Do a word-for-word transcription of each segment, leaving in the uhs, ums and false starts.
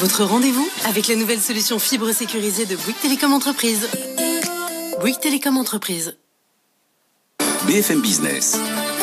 Votre rendez-vous avec la nouvelle solution fibre sécurisée de Bouygues Télécom Entreprises. Bouygues Télécom Entreprises. B F M Business.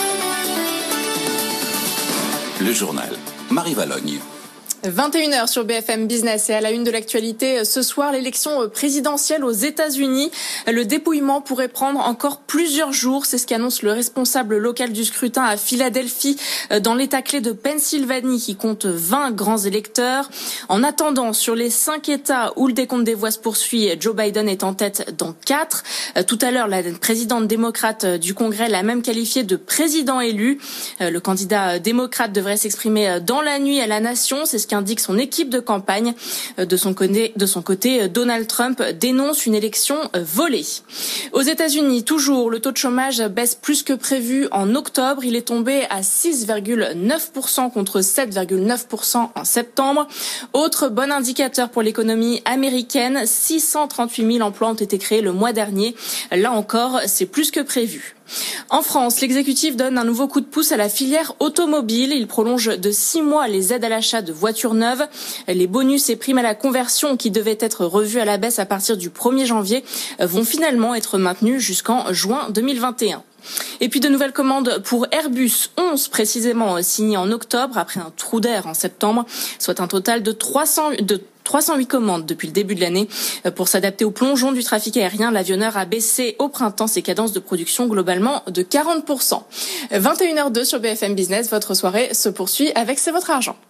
Le journal. Marie Valogne. vingt et une heures sur B F M Business et à la une de l'actualité ce soir, l'élection présidentielle aux États-Unis. Le dépouillement pourrait prendre encore plusieurs jours. C'est ce qu'annonce le responsable local du scrutin à Philadelphie, dans l'État clé de Pennsylvanie, qui compte vingt grands électeurs. En attendant, sur les cinq États où le décompte des voix se poursuit, Joe Biden est en tête dans quatre. Tout à l'heure, la présidente démocrate du Congrès l'a même qualifié de président élu. Le candidat démocrate devrait s'exprimer dans la nuit à la nation. C'est ce qu'indique son équipe de campagne. De son côté, de son côté, Donald Trump dénonce une élection volée. Aux États-Unis, toujours, le taux de chômage baisse plus que prévu en octobre. Il est tombé à six virgule neuf pour cent contre sept virgule neuf pour cent en septembre. Autre bon indicateur pour l'économie américaine, six cent trente-huit mille emplois ont été créés le mois dernier. Là encore, c'est plus que prévu. En France, l'exécutif donne un nouveau coup de pouce à la filière automobile. Il prolonge de six mois les aides à l'achat de voitures neuves. Les bonus et primes à la conversion qui devaient être revus à la baisse à partir du premier janvier vont finalement être maintenus jusqu'en juin deux mille vingt et un. Et puis de nouvelles commandes pour Airbus, onze précisément signées en octobre après un trou d'air en septembre, soit un total de trois cents, de trois cent huit commandes depuis le début de l'année. Pour s'adapter au plongeon du trafic aérien, l'avionneur a baissé au printemps ses cadences de production globalement de quarante pour cent. vingt et une heures deux sur B F M Business, votre soirée se poursuit avec C'est votre argent.